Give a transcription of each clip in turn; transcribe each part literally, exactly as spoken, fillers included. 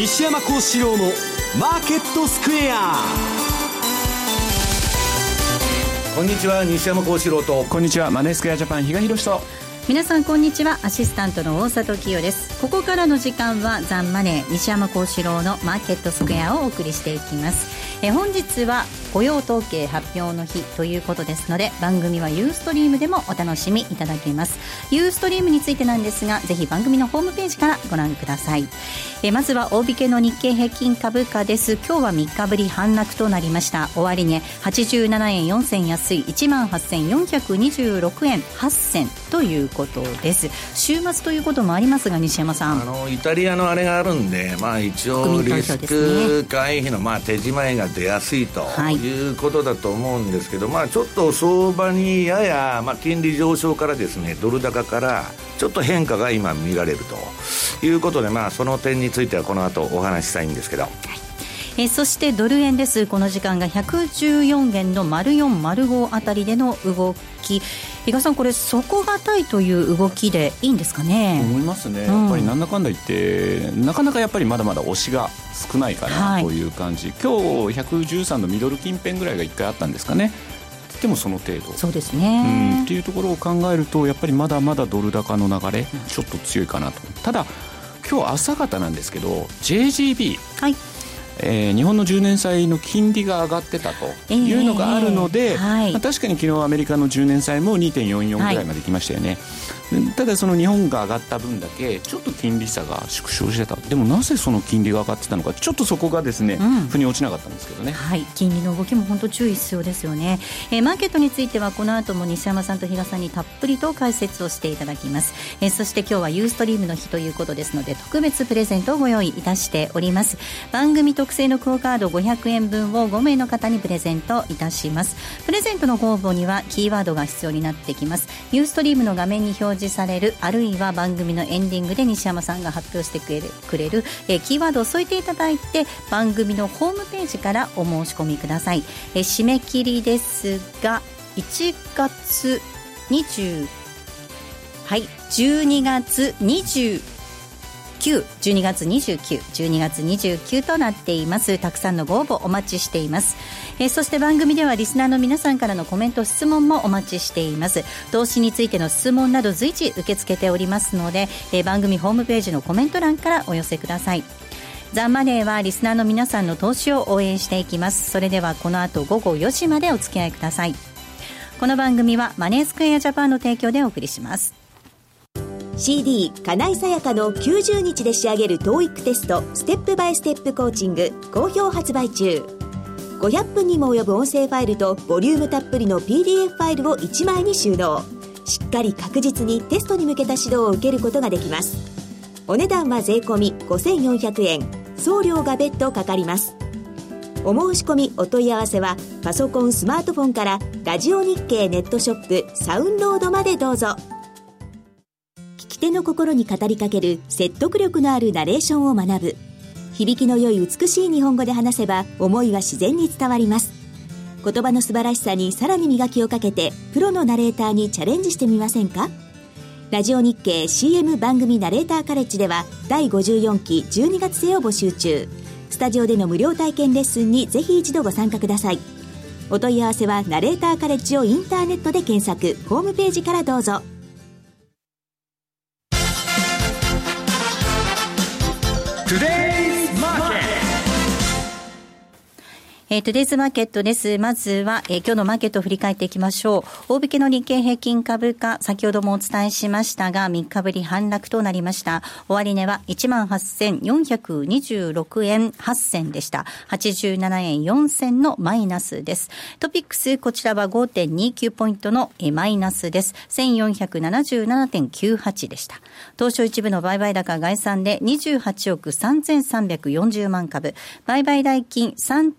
西山幸四郎のマーケットスクエア。 こんにちは、西山幸四郎と。 こんにちは、マネースクエアジャパン比嘉宏と。 皆さんこんにちは、アシスタントの大里清です。ここからの時間はザンマネー西山幸四郎のマーケットスクエアをお送りしていきます。え本日は雇用統計発表の日ということですので、番組はユーストリームでもお楽しみいただけます。ユーストリームについてなんですが、ぜひ番組のホームページからご覧ください。えまずは大引けの日経平均株価です。今日はみっかぶり反落となりました。終値はちじゅうななえんよんせん安い いちまんはっせんよんひゃくにじゅうろくえんはっせんということです。週末ということもありますが、西山さん、 あのイタリアのあれがあるんで、まあ、一応リスク回避の、まあ、手締まいが出やすいということだと思うんですけど、はい、まあ、ちょっと相場にやや、まあ、金利上昇からですね、ドル高からちょっと変化が今見られるということで、まあ、その点についてはこの後お話ししたいんですけど、はい、 えそしてドル円です。この時間がひゃくじゅうよんえんの丸よん丸ごあたりでの動き、比嘉さん、これ底堅いという動きでいいんですかね。 思いますね、うん、やっぱりなんだかんだ言ってなかなかやっぱりまだまだ押しが少ないかなという感じ、はい、今日ひゃくじゅうさんのミドル近辺ぐらいがいっかいあったんですかね。でもその程度、 そうですね、 うん、っていうところを考えるとやっぱりまだまだドル高の流れちょっと強いかなと。ただ今日朝方なんですけど ジェイジービー、はい、えー、日本のじゅうねん債の金利が上がってたというのがあるので、えーはい、まあ、確かに昨日アメリカのじゅうねん債も にてんよんよん ぐらいまで来ましたよね、はい、ただその日本が上がった分だけちょっと金利差が縮小してた。でもなぜその金利が上がってたのか、ちょっとそこがですね、うん、腑に落ちなかったんですけどね、 はい、金利の動きも本当注意必要ですよね。えー、マーケットについてはこの後も西山さんと比嘉さんにたっぷりと解説をしていただきます。えー、そして今日はユーストリームの日ということですので、特別プレゼントをご用意いたしております。番組特製のクオカードごひゃくえんぶんをごめいの方にプレゼントいたします。プレゼントのご応募にはキーワードが必要になってきます。ユーストリームの画面に表示される、あるいは番組のエンディングで西山さんが発表してくれる、くれるえキーワードを添えていただいて、番組のホームページからお申し込みください。え締め切りですがいちがつにじゅう、はい、じゅうにがつにじゅうじゅうにがつにじゅうく、じゅうにがつにじゅうくとなっています。たくさんのご応募お待ちしています。えー、そして番組ではリスナーの皆さんからのコメント質問もお待ちしています。投資についての質問など随時受け付けておりますので、えー、番組ホームページのコメント欄からお寄せください。ザ・マネーはリスナーの皆さんの投資を応援していきます。それではこの後午後よじまでお付き合いください。この番組はマネースクエアジャパンの提供でお送りします。 シーディー 金井さやかのきゅうじゅうにちで仕上げる トーイック テストステップバイステップコーチング好評発売中。ごひゃっぷんにも及ぶ音声ファイルとボリュームたっぷりの ピーディーエフ ファイルをいちまいに収納。しっかり確実にテストに向けた指導を受けることができます。お値段は税込みごせんよんひゃくえん、送料が別途かかります。お申し込みお問い合わせはパソコンスマートフォンからラジオ日経ネットショップサウンロードまでどうぞ。聞き手の心に語りかける説得力のあるナレーションを学ぶ。響きの良い美しい日本語で話せば思いは自然に伝わります。言葉の素晴らしさにさらに磨きをかけてプロのナレーターにチャレンジしてみませんか。ラジオ日経 シーエム 番組ナレーターカレッジではだいごじゅうよんきじゅうにがつ生を募集中。スタジオでの無料体験レッスンにぜひ一度ご参加ください。お問い合わせはナレーターカレッジをインターネットで検索、ホームページからどうぞ。 えー、トゥデイズマーケットです。まずは、えー、今日のマーケットを振り返っていきましょう。大引けの日経平均株価、先ほどもお伝えしましたがみっかぶり反落となりました。終値は いちまんはっせんよんひゃくにじゅうろくえんはっせんでした。はちじゅうななえんよんせんのマイナスです。トピックス、こちらは ごてんにきゅう ポイントのマイナスです。せんよんひゃくななじゅうななてんきゅうはち でした。東証一部の売買高概算でにじゅうはちおくさんぜんさんびゃくよんじゅうまん株、売買代金さんちょう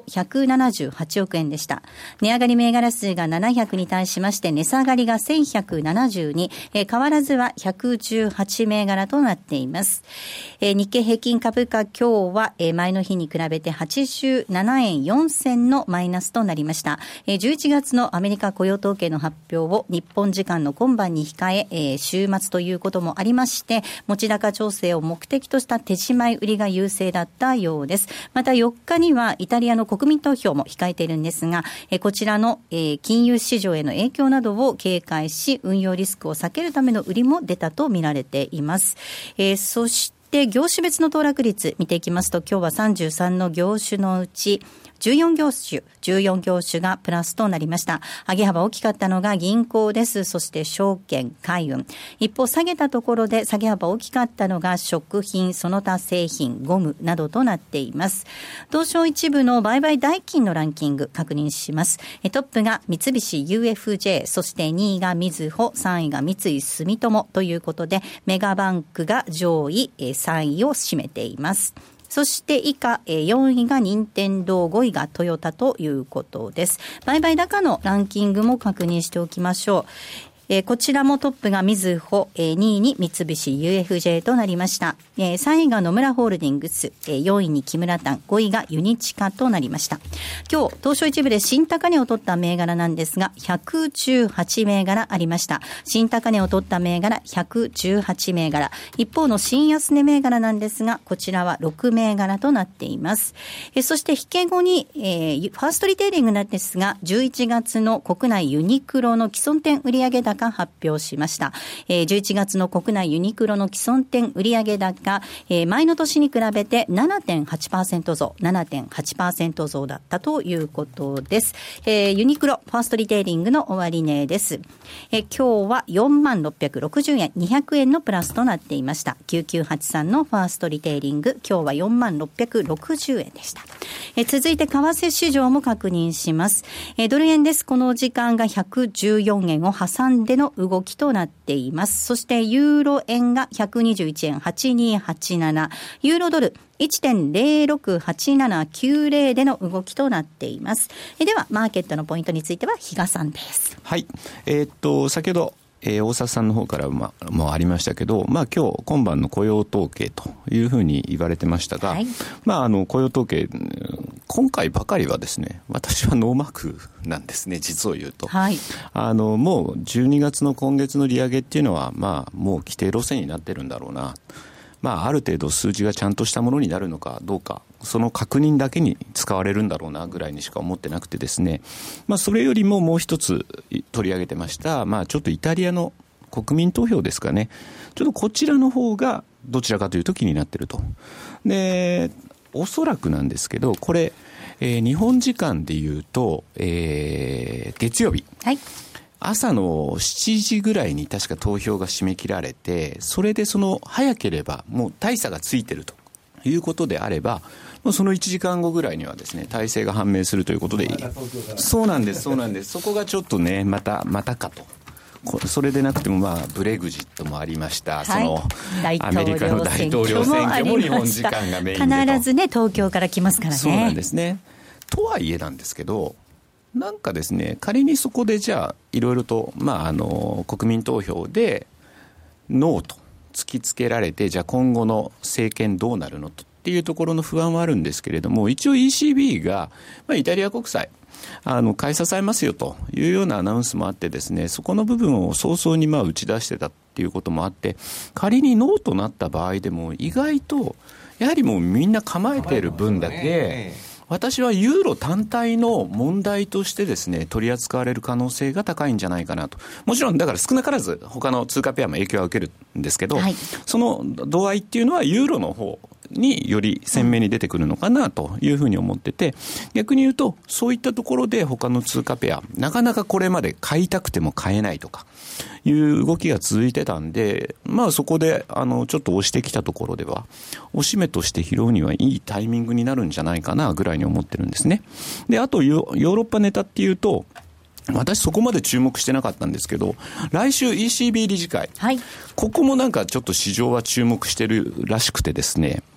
ひゃくななじゅうはちおくえんでした。値上がり銘柄数がななひゃくに対しまして値下がりがせんひゃくななじゅうに、えー、変わらずはひゃくじゅうはちめいがらとなっています。えー、日経平均株価今日は、えー、前の日に比べてはちじゅうななえんよんせんのマイナスとなりました。えー、じゅういちがつのアメリカ雇用統計の発表を日本時間の今晩に控え、えー、週末ということもありまして持ち高調整を目的とした手締まい売りが優勢だったようです。またよっかにはイタリアの国民投票も控えているんですが、えー、こちらの、えー、金融市場への影響などを警戒し運用リスクを避けるための売りも出たと見られています。えー、そして業種別の騰落率見ていきますと今日はさんじゅうさんの業種のうちじゅうよん業種、じゅうよん業種がプラスとなりました。上げ幅大きかったのが銀行です。そして証券、海運。一方下げたところで下げ幅大きかったのが食品、その他製品、ゴムなどとなっています。東証一部の売買代金のランキング確認します。トップが三菱 ユーエフジェー、そしてにいがみずほ、さんいが三井住友ということで、メガバンクが上位さんいを占めています。そして以下よんいが任天堂、ごいがトヨタということです。売買高のランキングも確認しておきましょう。えー、こちらもトップがみずほ、えー、にいに三菱 ユーエフジェー となりました。えー、さんいが野村ホールディングス、えー、よんいに木村丹、ごいがユニチカとなりました。今日東証一部で新高値を取った銘柄なんですがひゃくじゅうはちめいがらありました。新高値を取った銘柄ひゃくじゅうはちめいがら、一方の新安値銘柄なんですがこちらはろくめいがらとなっています。えー、そして引け後に、えー、ファーストリテイリングなんですがじゅういちがつの国内ユニクロの既存店売上高発表しました。えー、じゅういちがつの国内ユニクロの既存店売上高、えー、前の年に比べて ななてんはちパーセント 増 ななてんはちパーセント 増だったということです。えー、ユニクロファーストリテイリングの終値です。えー、今日はよんまんろっぴゃくろくじゅうえん、にひゃくえんのプラスとなっていました。きゅうきゅうはちさんのファーストリテイリング今日はよんまんろっぴゃくろくじゅうえんでした。えー、続いて為替市場も確認します。えー、ドル円です。この時間がひゃくじゅうよんえんを挟んでの動きとなっています。そしてユーロ円がひゃくにじゅういちえんはちにーはちなな、ユーロドル いってんぜろろくはちななきゅうぜろ での動きとなっています。えではマーケットのポイントについては比嘉さんです。 はい、えー、っと先ほどえー、大札さんの方からもありましたけど、まあ、今日今晩の雇用統計というふうに言われてましたが、はい、まあ、あの雇用統計今回ばかりはですね私はノーマークなんですね、実を言うと、はい、あのもうじゅうにがつの今月の利上げっていうのは、まあ、もう規定路線になってるんだろうな、まあ、ある程度数字がちゃんとしたものになるのかどうかその確認だけに使われるんだろうなぐらいにしか思ってなくてですね、まあ、それよりももう一つ取り上げてました、まあ、ちょっとイタリアの国民投票ですかね、ちょっとこちらの方がどちらかというと気になっていると。でおそらくなんですけどこれ、えー、日本時間でいうと、えー、月曜日、はい、朝のしちじぐらいに確か投票が締め切られて、それでその早ければもう大差がついてるということであればもうそのいちじかんごぐらいにはですね大勢が判明するということで、そうなんですそうなんですそこがちょっとねまたまたかと。それでなくても、まあ、ブレグジットもありました、はい、そのアメリカの大統領選挙も日本時間がメインでと必ずね東京から来ますからね。 そうなんですね。とはいえなんですけどなんかですね仮にそこでじゃあいろいろと、まあ、あの国民投票でノーと突きつけられてじゃあ今後の政権どうなるのとっていうところの不安はあるんですけれども、一応 イーシービー が、まあ、イタリア国債あの買い支えますよというようなアナウンスもあってですね、そこの部分を早々にまあ打ち出してたっていうこともあって、仮にノーとなった場合でも意外とやはりもうみんな構えている分だけ私はユーロ単体の問題としてですね取り扱われる可能性が高いんじゃないかなと。もちろんだから少なからず他の通貨ペアも影響は受けるんですけど、はい、その度合いっていうのはユーロの方により鮮明に出てくるのかなというふうに思ってて、逆に言うとそういったところで他の通貨ペアなかなかこれまで買いたくても買えないとかいう動きが続いてたんで、まあそこであのちょっと押してきたところでは押し目として拾うにはいいタイミングになるんじゃないかなぐらいに思ってるんですね。であとヨーロッパネタっていうと私そこまで注目してなかったんですけど、来週 イーシービー 理事会、はい、ここもなんかちょっと市場は注目してるらしくてですね、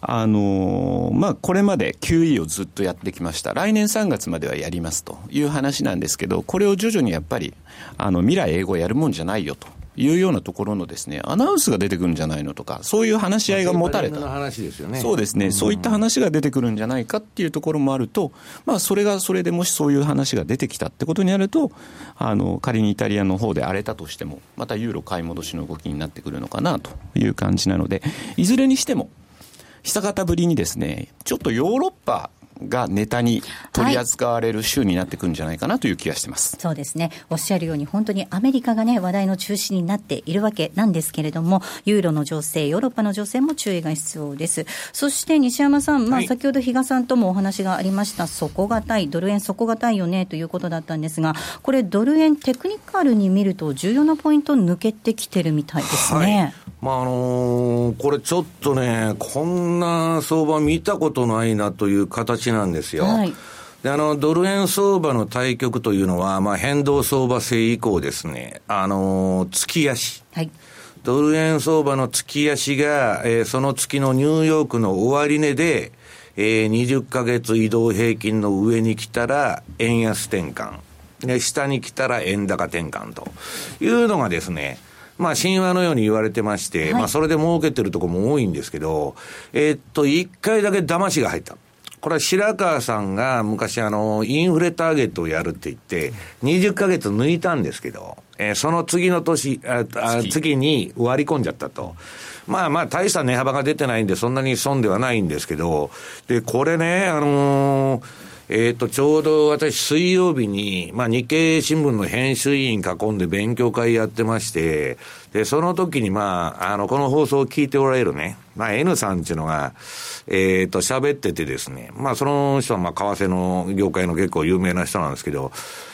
あのー、まあ、これまで キューイー をずっとやってきました。来年さんがつまではやりますという話なんですけど、これを徐々にやっぱり、あの、未来英語やるもんじゃないよというようなところのですね、アナウンスが出てくるんじゃないのとか、そういう話し合いが持たれた。 話ですよね。 そうですね、うん、そういった話が出てくるんじゃないかっていうところもあると、まあ、それがそれでもしそういう話が出てきたってことになると、あの仮にイタリアの方で荒れたとしても、またユーロ買い戻しの動きになってくるのかなという感じなので、いずれにしても久方ぶりにですね、ちょっとヨーロッパがネタに取り扱われる週になってくるんじゃないかなという気がしてます、 はい、そうですね、おっしゃるように本当にアメリカがね話題の中心になっているわけなんですけれども、ユーロの情勢、ヨーロッパの情勢も注意が必要です。そして西山さん、まあ、先ほど比嘉さんともお話がありました、底堅いドル円底堅いよねということだったんですが、これドル円テクニカルに見ると重要なポイント抜けてきてるみたいですね、はい、 まああのー、これちょっとね、こんな相場見たことないなという形なんですよ、はい、であのドル円相場の対局というのは、まあ、変動相場制以降ですね、あのー、月足、はい、ドル円相場の月足が、えー、その月のニューヨークの終値で、えー、にじゅっかげつ移動平均の上に来たら円安転換で、下に来たら円高転換というのがですね、まあ神話のように言われてまして、はい、まあそれで儲けてるところも多いんですけど、えー、っと一回だけ騙しが入った。これは白川さんが昔あのインフレターゲットをやるって言ってにじゅっかげつ抜いたんですけど、えー、その次の年ああ次に割り込んじゃったと。まあまあ大した値幅が出てないんでそんなに損ではないんですけど、でこれね、あのーえっと、ちょうど私水曜日に、まあ日経新聞の編集委員囲んで勉強会やってまして、で、その時にまあ、あの、この放送を聞いておられるね、まあ N さんっていうのが、えっと、喋っててですね、まあその人はまあ為替の業界の結構有名な人なんですけど、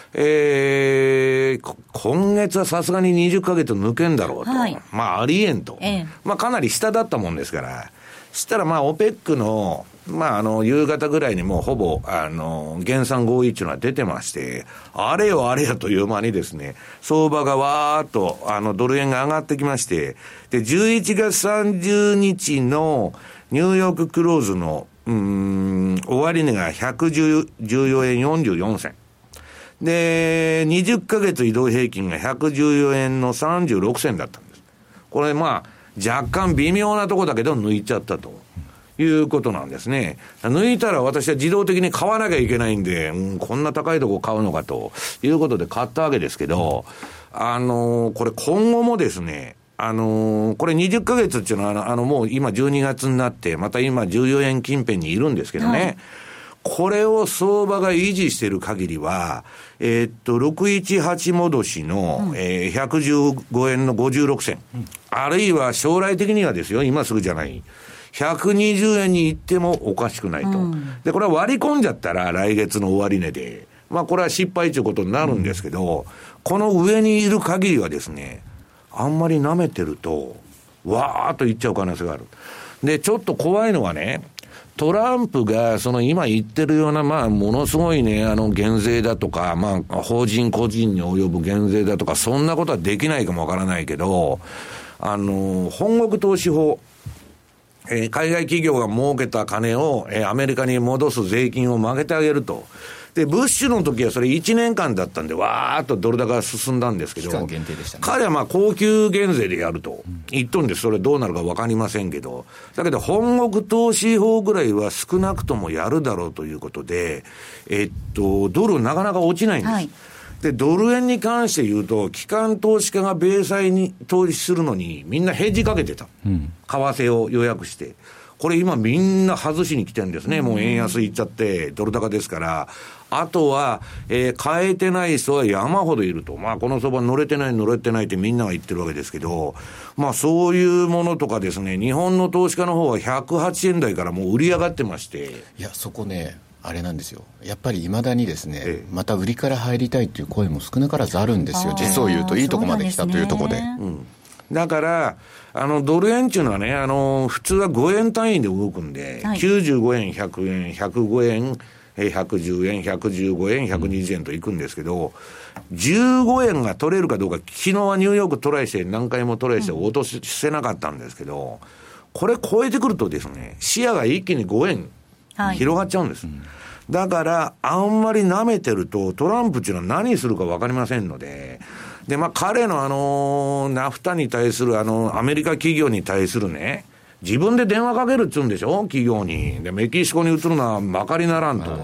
えー、今月はさすがににじゅっかげつ抜けんだろうと。はい、まあありえんと。ええ、まあかなり下だったもんですから、そしたらまあ オペック の、まあ、あの、夕方ぐらいにもうほぼ、あの、減産合意っていうのは出てまして、あれよあれよという間にですね、相場がわーっと、あの、ドル円が上がってきまして、で、じゅういちがつさんじゅうにちのニューヨーククローズの、うーん、終値がひゃくじゅうよえんよんじゅうよんせん。で、にじゅっかげつ移動平均がひゃくじゅうよえんのさんじゅうろくせんだったんです。これまあ、若干微妙なとこだけど抜いちゃったと。いうことなんですね。抜いたら私は自動的に買わなきゃいけないんで、うん、こんな高いとこ買うのかということで買ったわけですけど、あのー、これ今後もですね、あのー、これにじゅっかげつっていうのは、あの、もう今じゅうにがつになって、また今じゅうよえん近辺にいるんですけどね、はい、これを相場が維持している限りは、えー、っと、ろくいちはち戻しの、うん、えー、ひゃくじゅうごえんのごじゅうろくせん、うん、あるいは将来的にはですよ、今すぐじゃない。ひゃくにじゅうえんに行ってもおかしくないと、うん、でこれは割り込んじゃったら来月の終値で、まあこれは失敗ということになるんですけど、うん、この上にいる限りはですね、あんまり舐めてるとわーっといっちゃう可能性がある。でちょっと怖いのはね、トランプがその今言ってるような、まあものすごいね、あの減税だとか、まあ法人個人に及ぶ減税だとか、そんなことはできないかもわからないけど、あの本国投資法、えー、海外企業が儲けた金を、えー、アメリカに戻す税金を曲げてあげると。で、ブッシュの時はそれいちねんかんだったんで、わーっとドル高が進んだんですけど、期間限定でしたね。彼はまあ高級減税でやると言っとるんです。それどうなるか分かりませんけど。だけど、本国投資法ぐらいは少なくともやるだろうということで、えっと、ドルなかなか落ちないんです。はい、で、ドル円に関して言うと、機関投資家が米債に投資するのに、みんなヘッジかけてた。うん、為替を予約して。これ今みんな外しに来てるんですね。もう円安いっちゃって、ドル高ですから。あとは、えー、買えてない人は山ほどいると。まあ、この相場乗れてない乗れてないってみんなが言ってるわけですけど、まあ、そういうものとかですね、日本の投資家の方はひゃくはちえん台からもう売り上がってまして。 いや、そこね、あれなんですよ、やっぱりいまだにですね、ええ、また売りから入りたいという声も少なからずあるんですよ。実を言うといいとこまで来たというところで、うん、 だからあのドル円っていうのはね、あの普通はごえん単位で動くんで、はい、きゅうじゅうごえんひゃくえんひゃくごえんひゃくじゅうえんひゃくじゅうごえんひゃくにじゅうえんといくんですけど、じゅうごえんが取れるかどうか、昨日はニューヨークトライして何回もトライして落とせなかったんですけど、 これ超えてくるとですね、視野が一気にごえん広がっちゃうんです。はい、うん、だから、あんまり舐めてると、トランプっていうのは何するか分かりませんので、で、まあ、彼のあの、ナフタに対する、あの、アメリカ企業に対するね、自分で電話かけるっつうんでしょ、企業に。で、メキシコに移るのはまかりならんと。はい、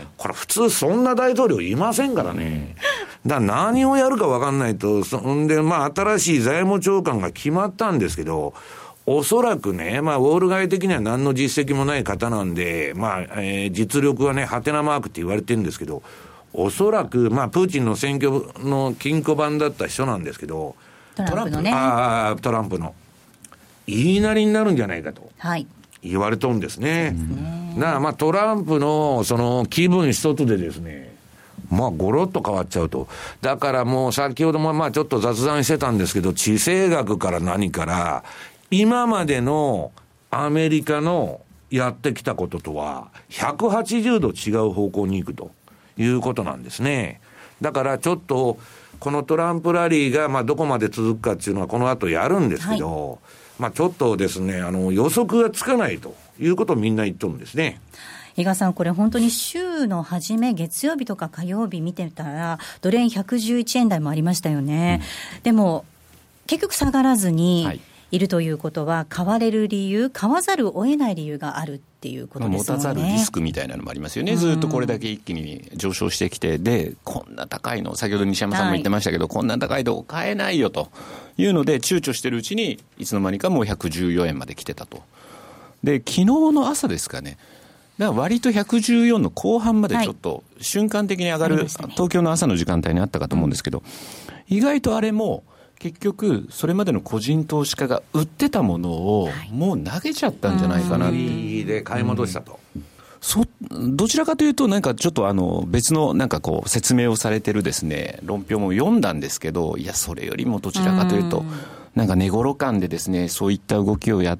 これ普通そんな大統領いませんからね。だから何をやるか分かんないと、そんで、まあ、新しい財務長官が決まったんですけど、おそらくね、まあ、ウォール街的には何の実績もない方なんで、まあ、えー、実力はね、ハテナマークって言われてるんですけど、おそらく、まあ、プーチンの選挙の金庫番だった人なんですけど、 トランプのね。 ああ、トランプの。言いなりになるんじゃないかと。はい。言われとるんですね。そうですね。なあ、まあ、トランプの、その、気分一つでですね、まあ、ゴロッと変わっちゃうと。だからもう、先ほどもまあ、ちょっと雑談してたんですけど、地政学から何から、今までのアメリカのやってきたこととは、ひゃくはちじゅうど違う方向に行くということなんですね。だからちょっと、このトランプラリーが、まあ、どこまで続くかっていうのはこの後やるんですけど、はい、まあ、ちょっとですね、あの、予測がつかないということをみんな言っとるんですね。 伊賀さん、これ本当に週の初め、月曜日とか火曜日見てたら、ドル円ひゃくじゅういちえん台もありましたよね。うん、でも、結局下がらずに、はい、いるということは、買われる理由、買わざるを得ない理由があるっていうことですよね。 持たざるリスクみたいなのもありますよね。ずっとこれだけ一気に上昇してきて、で、こんな高いの、先ほど西山さんも言ってましたけど、はい、こんな高いとこ買えないよというので、躊躇してるうちに、いつの間にかもうひゃくじゅうよえんまで来てたと。で、昨日の朝ですかね。だから割とひゃくじゅうよんの後半までちょっと瞬間的に上がる、はい、東京の朝の時間帯にあったかと思うんですけど、意外とあれも、結局それまでの個人投資家が売ってたものをもう投げちゃったんじゃないかなって、はい、 で買い戻したと、 うん、そどちらかというとなんかちょっとあの別のなんかこう説明をされてるですね論評も読んだんですけど、いやそれよりもどちらかというとなんか寝頃感でですねそういった動きをやって、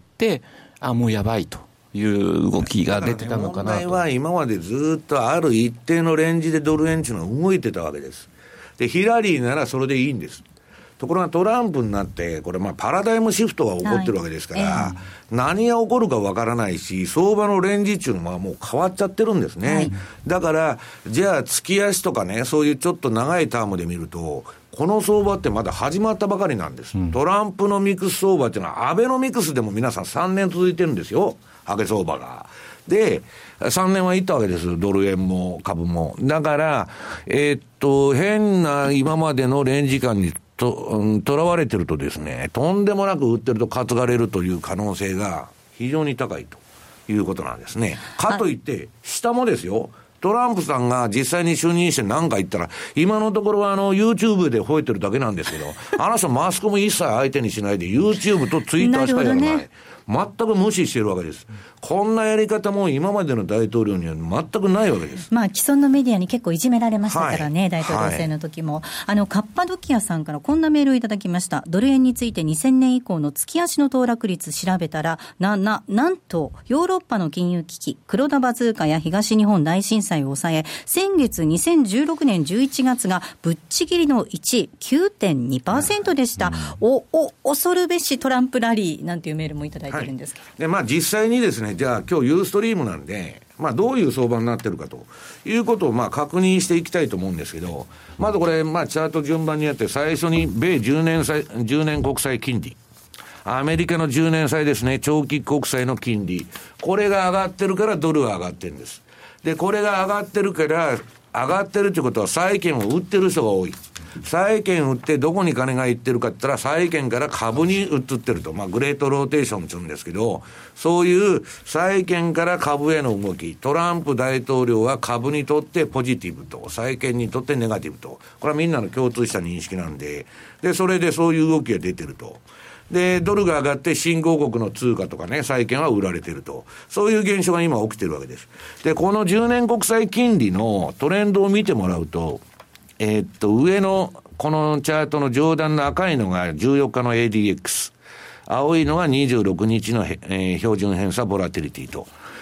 あもうやばいという動きが出てたのかなと。 問題は今までずっとある一定のレンジでドル円っていうのは動いてたわけです。でヒラリーならそれでいいんです。ところがトランプになって、これまあパラダイムシフトが起こってるわけですから、はいえー、何が起こるかわからないし、相場のレンジっていうのはもう変わっちゃってるんですね。はい、だから、じゃあ月足とかね、そういうちょっと長いタームで見ると、この相場ってまだ始まったばかりなんです。うん、トランプのミクス相場っていうのは、アベノミクスでも皆さんさんねん続いてるんですよ。上げ相場が。で、さんねんはいったわけです。ドル円も株も。だから、えー、っと、変な今までのレンジ感にと、うん、囚われてるとですね、とんでもなく売ってると担がれるという可能性が非常に高いということなんですね。かといって、下もですよ、トランプさんが実際に就任して何か言ったら、今のところはあの YouTube で吠えてるだけなんですけど、あの人マスコミ一切相手にしないで YouTube と Twitter しかやらない。全く無視しているわけです。こんなやり方も今までの大統領には全くないわけです。 まあ既存のメディアに結構いじめられましたからね、はい、大統領選の時も、はい、あのカッパドキアさんからこんなメールをいただきました。ドル円についてにせんねん以降の月足の騰落率調べたらなななんとヨーロッパの金融危機、黒田バズーカや東日本大震災を抑え、先月にせんじゅうろくねんじゅういちがつがぶっちぎりのいちい きゅうてんにパーセント でした。うん、おお恐るべしトランプラリーなんていうメールもいただいてるんですけど、はい、 でまあ、実際にですね、じゃあ今日ユーストリームなんで、まあ、どういう相場になってるかということをまあ確認していきたいと思うんですけど、まずこれ、まあ、チャート順番にやって、最初に米じゅうねん債、じゅうねん国債金利、アメリカのじゅうねん債ですね、長期国債の金利、これが上がってるからドルは上がってるんです。でこれが上がってるから上がってるということは債券を売ってる人が多い。債券売ってどこに金がいってるかって言ったら債券から株に移ってると、まあグレートローテーションって言うんですけど、そういう債券から株への動き、トランプ大統領は株にとってポジティブと、債券にとってネガティブと、これはみんなの共通した認識なんで、でそれでそういう動きが出てると。でドルが上がって新興国の通貨とかね、債券は売られてると、そういう現象が今起きてるわけです。でこのじゅうねん国債金利のトレンドを見てもらうと、えー、っと上のこのチャートの上段の赤いのがじゅうよっかの エーディーエックス、 青いのがにじゅうろくにちの、えー、標準偏差ボラティリティと、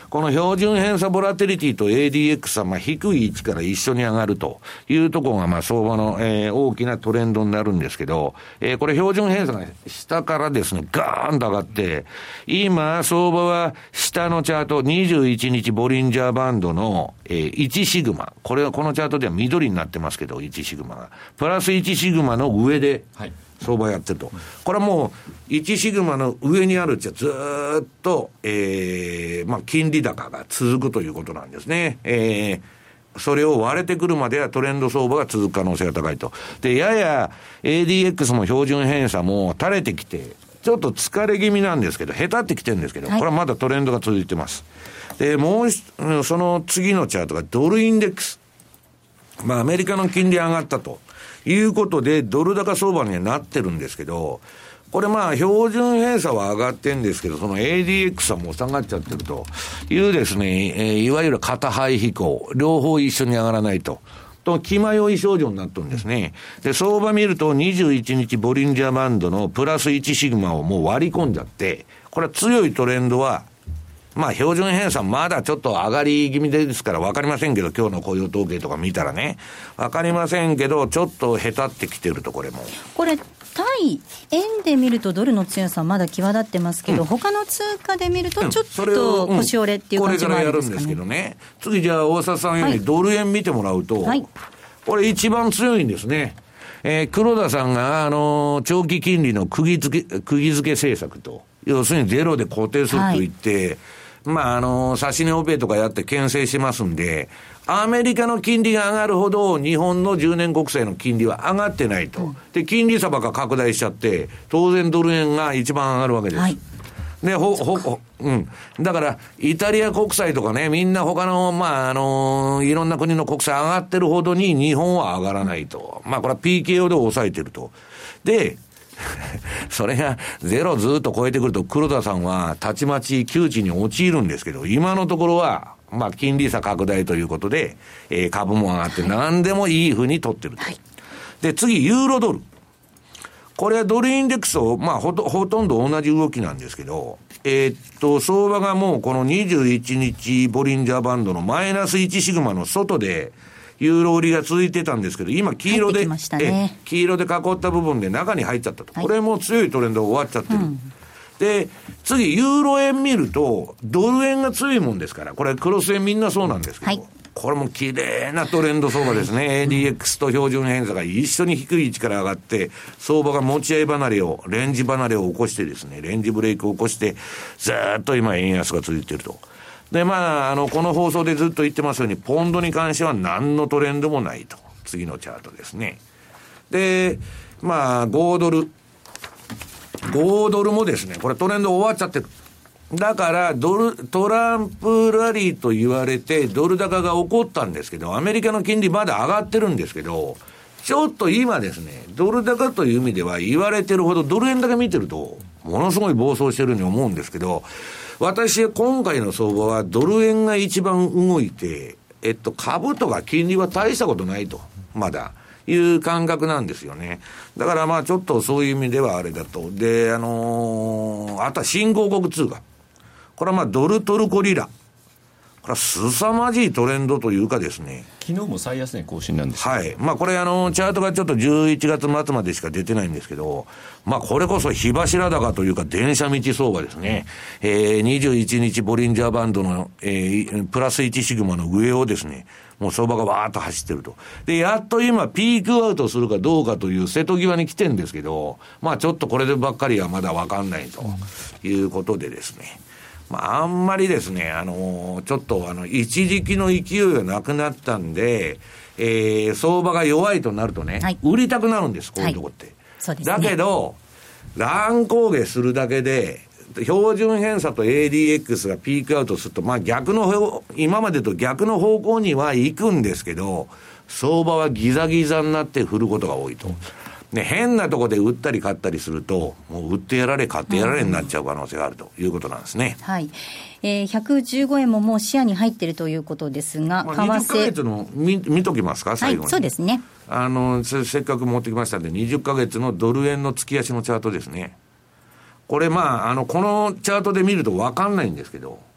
この標準偏差ボラテリティと エーディーエックス はまあ低い位置から一緒に上がるというところがまあ相場の、えー、大きなトレンドになるんですけど、えー、これ標準偏差が下からですねガーンと上がって、今相場は下のチャートにじゅういちにちボリンジャーバンドの、えー、いちシグマ、これはこのチャートでは緑になってますけど、いちシグマがプラスいちシグマの上で、はい相場やってると。これはもういちシグマの上にあるっちゃずーっと、えー、まあ金利高が続くということなんですね。えー、それを割れてくるまではトレンド相場が続く可能性が高いと。で、やや エーディーエックス も標準偏差も垂れてきて、ちょっと疲れ気味なんですけど、へたってきてるんですけど、これはまだトレンドが続いてます。で、もうその次のチャートがドルインデックス。まあアメリカの金利上がったと。いうことで、ドル高相場にはなってるんですけど、これまあ、標準偏差は上がってるんですけど、その エーディーエックス はもう下がっちゃってるというですね、えー、いわゆる片肺飛行、両方一緒に上がらないと。と、気迷い症状になってるんですね。で、相場見るとにじゅういちにちボリンジャーバンドのプラスいちシグマをもう割り込んじゃって、これは強いトレンドは、まあ標準偏差まだちょっと上がり気味ですから分かりませんけど、今日の雇用統計とか見たらね、分かりませんけど、ちょっとへたってきてると、これも。 これ、対円で見るとドルの強さはまだ際立ってますけど、うん、他の通貨で見るとちょっと腰折れっていう感じもあるんですかね。これからやるんですけどね。次じゃあ大沢さんよりドル円見てもらうと、はい、これ一番強いんですね。えー、黒田さんが、あのー、長期金利の釘付け、釘付け政策と、要するにゼロで固定すると言って、はいまあ、あの、指し値オペとかやって牽制しますんで、アメリカの金利が上がるほど、日本のじゅうねん国債の金利は上がってないと。うん、で、金利差ばが拡大しちゃって、当然ドル円が一番上がるわけです。はい、で、ほ、ほ、ほ、うん。だから、イタリア国債とかね、みんな他の、まあ、あの、いろんな国の国債上がってるほどに日本は上がらないと。まあ、これは ピーケーオー で抑えてると。で、それがゼロずっと超えてくると黒田さんはたちまち窮地に陥るんですけど、今のところはまあ金利差拡大ということで、えー、株も上がって何でもいい風に取ってると、はい、で次ユーロドル、これはドルインデックスをまあほと、ほとんど同じ動きなんですけど、えー、っと相場がもうこのにじゅういちにちボリンジャーバンドのマイナスいちシグマの外でユーロ売りが続いてたんですけど、今黄色で、ね、え黄色で囲った部分で中に入っちゃったと、はい、これも強いトレンド終わっちゃってる、うん、で次ユーロ円見るとドル円が強いもんですから、これクロス円みんなそうなんですけど、はい、これも綺麗なトレンド相場ですね、はい、エーディーエックス と標準偏差が一緒に低い位置から上がって相場が持ち合い離れをレンジ離れを起こしてですね、レンジブレイクを起こしてずーっと今円安が続いていると。で、まあ、あの、この放送でずっと言ってますように、ポンドに関しては何のトレンドもないと。次のチャートですね。で、まあ、ごドル。ごドルもですね、これトレンド終わっちゃってる。だから、ドル、トランプラリーと言われて、ドル高が起こったんですけど、アメリカの金利まだ上がってるんですけど、ちょっと今ですね、ドル高という意味では言われてるほど、ドル円だけ見てると、ものすごい暴走してるように思うんですけど、私は今回の相場はドル円が一番動いて、えっと、株とか金利は大したことないと、まだ、いう感覚なんですよね。だからまあちょっとそういう意味ではあれだと。で、あのー、あとは新興国通貨。これはまあドルトルコリラ。これは凄まじいトレンドというかですね。 昨日も最安値更新なんですよ。 はい。まあこれあの、チャートがちょっとじゅういちがつ末までしか出てないんですけど、まあこれこそ火柱高というか電車道相場ですね。えー、にじゅういちにちボリンジャーバンドの、えー、プラスいちシグマの上をですね、もう相場がわーっと走ってると。で、やっと今ピークアウトするかどうかという瀬戸際に来てるんですけど、まあちょっとこれでばっかりはまだわかんないということでですね。まあ、あんまりですね、あのー、ちょっとあの、一時期の勢いがなくなったんで、えー、相場が弱いとなるとね、はい、売りたくなるんです、こういうとこって。はい、そうですね。だけど、乱高下するだけで、標準偏差と エーディーエックス がピークアウトすると、まあ逆の、今までと逆の方向には行くんですけど、相場はギザギザになって振ることが多いと。ね、変なとこで売ったり買ったりすると、もう売ってやられ買ってやられになっちゃう可能性があるということなんですね。 うん、はい。えー、ひゃくじゅうごえんももう視野に入っているということですが、 まあ、にじゅっかげつの 見, 見ときますか、最後に。 はい、そうですね。 あのせ、せっかく持ってきましたんで、にじゅっかげつのドル円の月足のチャートですね。これまあ、あの、このチャートで見ると分かんないんですけど、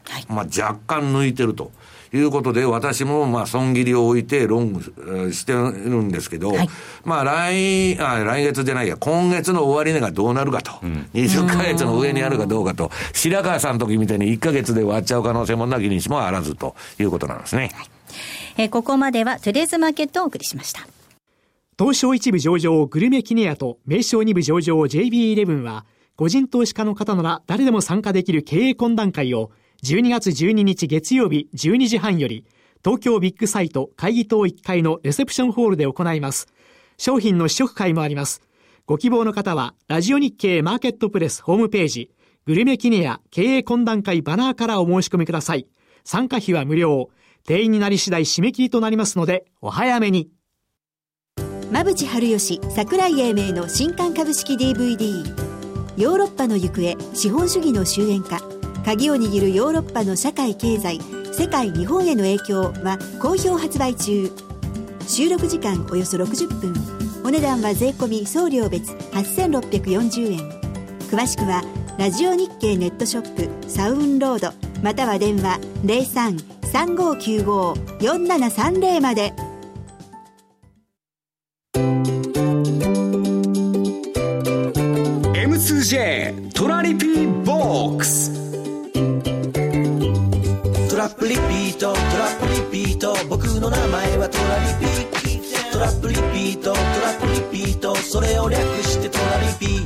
はい、まあ、若干抜いてるということで、私もまあ損切りを置いてロングしてるんですけど、はい、まあ来、あ、来月じゃないや、今月の終値がどうなるかと、うん、にじゅっかげつの上にあるかどうかと、白川さんの時みたいにいっかげつで割っちゃう可能性もなきにしもあらずということなんですね。はい、 えー、ここまではトゥデイズマーケットをお送りしました。 東証一部上場グルメキネアと名称二部上場 ジェイビーイレブン は、個人投資家の方なら誰でも参加できる経営懇談会をじゅうにがつじゅうににち月曜日じゅうにじはんより東京ビッグサイト会議棟いっかいのレセプションホールで行います。商品の試食会もあります。ご希望の方はラジオ日経マーケットプレスホームページグルメキネア経営懇談会バナーからお申し込みください。参加費は無料。定員になり次第締め切りとなりますのでお早めに。 馬淵春吉櫻井英明の新刊株式 ディーブイディー ヨーロッパの行方資本主義の終焉か、鍵を握るヨーロッパの社会経済世界日本への影響は好評発売中。収録時間およそろくじゅっぷん。お値段は税込み送料別はっせんろっぴゃくよんじゅうえん。詳しくはラジオ日経ネットショップサウンロードまたは電話 ゼロさん さんごきゅうご よんななさんゼロ まで。 エムツージェー トラリピーボックス。 トラップリピートトラップリピート、僕の名前はトラリピ。トラップリピートトラップリピート、それを略してトラリピ。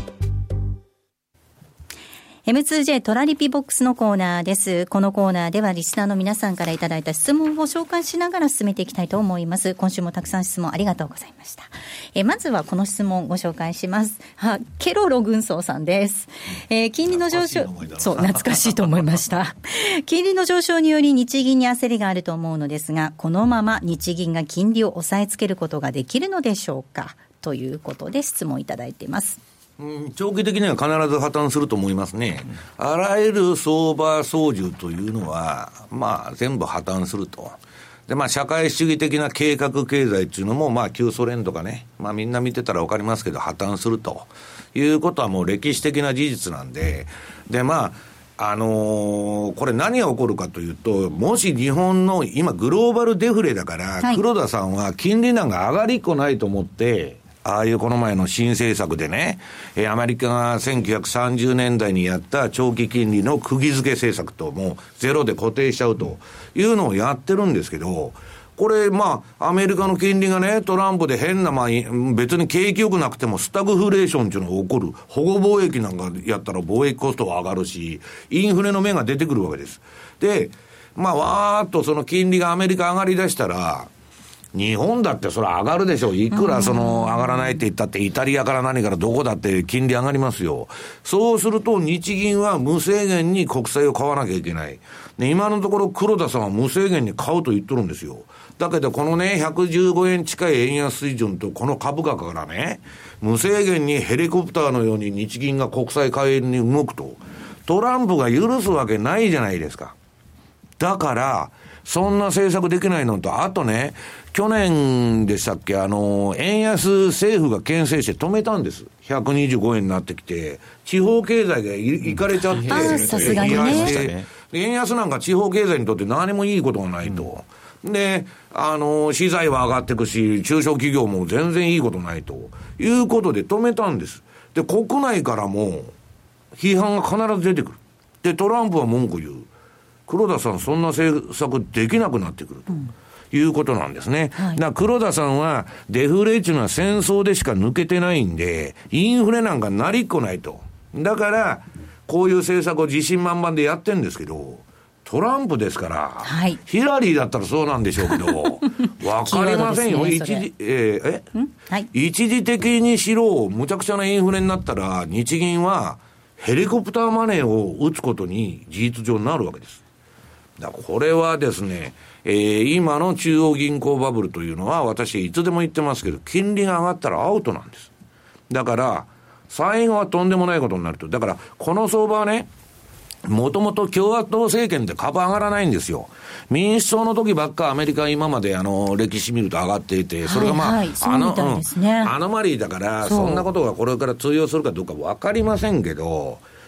エムツージェー トラリピボックスのコーナーです。このコーナーではリスナーの皆さんからいただいた質問を紹介しながら進めていきたいと思います。今週もたくさん質問ありがとうございました。えまずはこの質問ご紹介します。はケロロ軍曹さんです。えー、金利の上昇、そう懐かしいと思いました。金利の上昇により日銀に焦りがあると思うのですが、このまま日銀が金利を抑えつけることができるのでしょうか、ということで質問いただいています。 うん、長期的には必ず破綻すると思いますね。あらゆる相場操縦というのは、まあ全部破綻すると。で、まあ社会主義的な計画経済っていうのも、まあ旧ソ連とかね、まあみんな見てたらわかりますけど破綻するということはもう歴史的な事実なんで、で、まあ、あのー、これ何が起こるかというと、もし日本の今グローバルデフレだから、はい、黒田さんは金利なんか上がりっこないと思って、ああいうこの前の新政策でね、えー、アメリカがせんきゅうひゃくさんじゅうねんだいにやった長期金利の釘付け政策ともうゼロで固定しちゃうというのをやってるんですけど、これまあアメリカの金利がね、トランプで変な、まあ別に景気良くなくてもスタグフレーションっていうのが起こる。保護貿易なんかやったら貿易コストは上がるし、インフレの芽が出てくるわけです。で、まあわーっとその金利がアメリカ上がり出したら、日本だってそれ上がるでしょう。いくらその上がらないって言ったってイタリアから何からどこだって金利上がりますよ。そうすると日銀は無制限に国債を買わなきゃいけない。で、今のところ黒田さんは無制限に買うと言っとるんですよ。だけどこのねひゃくじゅうごえん近い円安水準とこの株価からね、無制限にヘリコプターのように日銀が国債買いに動くとトランプが許すわけないじゃないですか。だからそんな政策できないのと、あとね、去年でしたっけ、あの、円安政府が牽制して止めたんです。ひゃくにじゅうごえんになってきて、地方経済がいかれちゃって、 さすがにね。 円安なんか地方経済にとって何もいいことがないと。うん、で、あの、資材は上がっていくし、中小企業も全然いいことないということで止めたんです。で、国内からも批判が必ず出てくる。で、トランプは文句言う。黒田さんそんな政策できなくなってくると、うん、いうことなんですね、はい、だから黒田さんはデフレっていうのは戦争でしか抜けてないんでインフレなんかなりっこないと。だからこういう政策を自信満々でやってるんですけど、トランプですから、はい、ヒラリーだったらそうなんでしょうけどわかりませんよ、ね、一時、えー、え、はい、一時的にしろむちゃくちゃなインフレになったら日銀はヘリコプターマネーを打つことに事実上になるわけです。だこれはですね、えー、今の中央銀行バブルというのは私いつでも言ってますけど金利が上がったらアウトなんです。だから最後はとんでもないことになると。だからこの相場はね、もともと共和党政権で株上がらないんですよ。民主党の時ばっかアメリカは今まであの歴史見ると上がっていて、それがまあ、はいはい、あの、うん、アノマリーだからそんなことがこれから通用するかどうか分かりませんけど、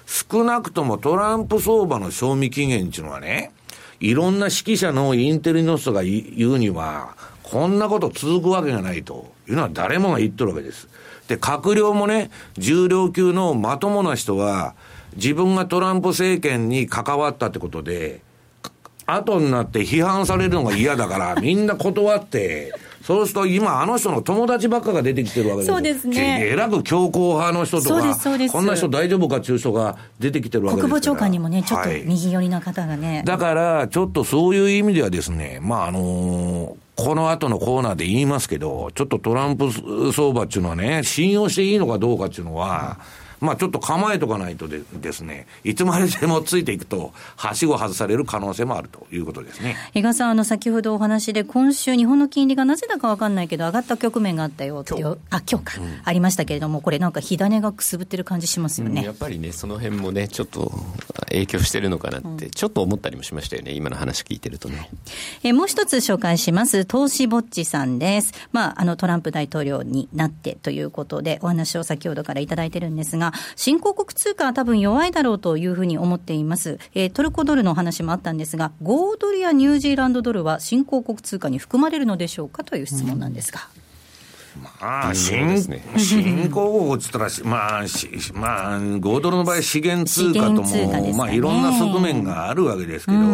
少なくともトランプ相場の賞味期限っていうのはね、いろんな指揮者のインテリノストが言うには、こんなこと続くわけがないというのは誰もが言ってるわけです。で、閣僚もね、重量級のまともな人は、自分がトランプ政権に関わったってことで、後になって批判されるのが嫌だから、みんな断って、そうすると今あの人の友達ばっかが出てきてるわけですよ。 そうですね。 えらく強硬派の人とか、こんな人大丈夫かっていう人が出てきてるわけですから。 国防長官にもね、ちょっと右寄りな方がね。はい、 だから、ちょっとそういう意味ではですね、まああのー、この後のコーナーで言いますけど、ちょっとトランプ相場っていうのはね、信用していいのかどうかっていうのは、まあちょっと構えとかないとでですね、いつまででもついていくと、はしご外される可能性もあるということですね。 比嘉さん、あの先ほどお話で、今週、日本の金利がなぜだか分かんないけど、上がった局面があったよっていう、あ、今日か、うん、ありましたけれども、これ、なんか火種がくすぶってる感じしますよね、うん、 やっぱりね、その辺もね、ちょっと影響してるのかなって、ちょっと思ったりもしましたよね、今の話聞いてるとね。 えもう一つ紹介します、投資ぼっちさんです。まあ、あのトランプ大統領になってということで、お話を先ほどからいただいてるんですが、新興国通貨は多分弱いだろうというふうに思っています、えー、トルコドルの話もあったんですが、豪ドルやニュージーランドドルは新興国通貨に含まれるのでしょうかという質問なんですが、 うん、まあ、新, 新興国って言ったら、まあ、まあ、豪ドルの場合資源通貨とも、ね、まあ、いろんな側面があるわけですけど、うん、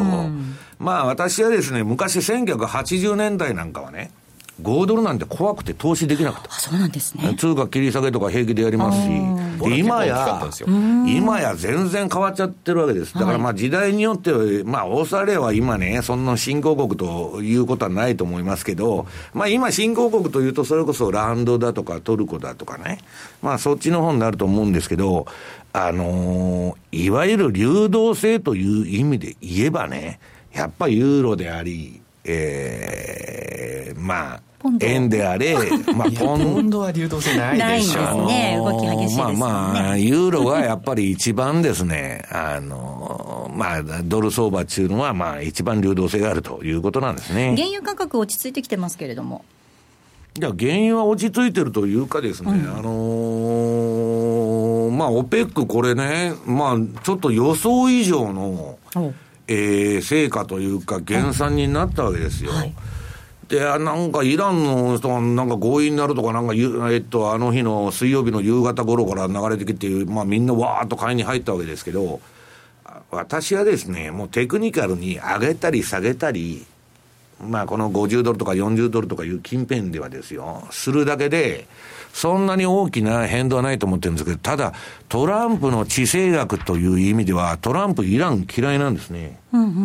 まあ、私はですね、昔せんきゅうひゃくはちじゅうねんだいなんかはね、豪ドルなんて怖くて投資できなくて。 あ、そうなんですね。 通貨切り下げとか平気でやりますし、で今や、今や全然変わっちゃってるわけです。だからまあ時代によっては、まあオーストラリアは今ね、そんな新興国ということはないと思いますけど、まあ今新興国というとそれこそランドだとかトルコだとかね、まあそっちの方になると思うんですけど、あのー、いわゆる流動性という意味で言えばね、やっぱりユーロであり、えー、まあ、円であれ、まあ、 ポンドは流動性ないでしょう。 ないんですね。動き激しいですよね。 まあまあ、ユーロがやっぱり一番ですね、あの、まあ、ドル相場っていうのは、まあ、一番流動性があるということなんですね。 原油価格落ち着いてきてますけれども。 いや、原油は落ち着いてるというかですね、うん、あのー、まあ、オペックこれね、まあ、ちょっと予想以上の、えー、成果というか減産になったわけですよ、はい、でなんかイランの人がなんか合意になるとかなんか、えっと、あの日の水曜日の夕方頃から流れてきて、まあ、みんなわーっと買いに入ったわけですけど、私はですねもうテクニカルに上げたり下げたり、まあ、このごじゅうドルとかよんじゅうドルとかいう近辺ではですよするだけでそんなに大きな変動はないと思ってるんですけど、ただトランプの地政学という意味ではトランプイラン嫌いなんですね、うんうんうん、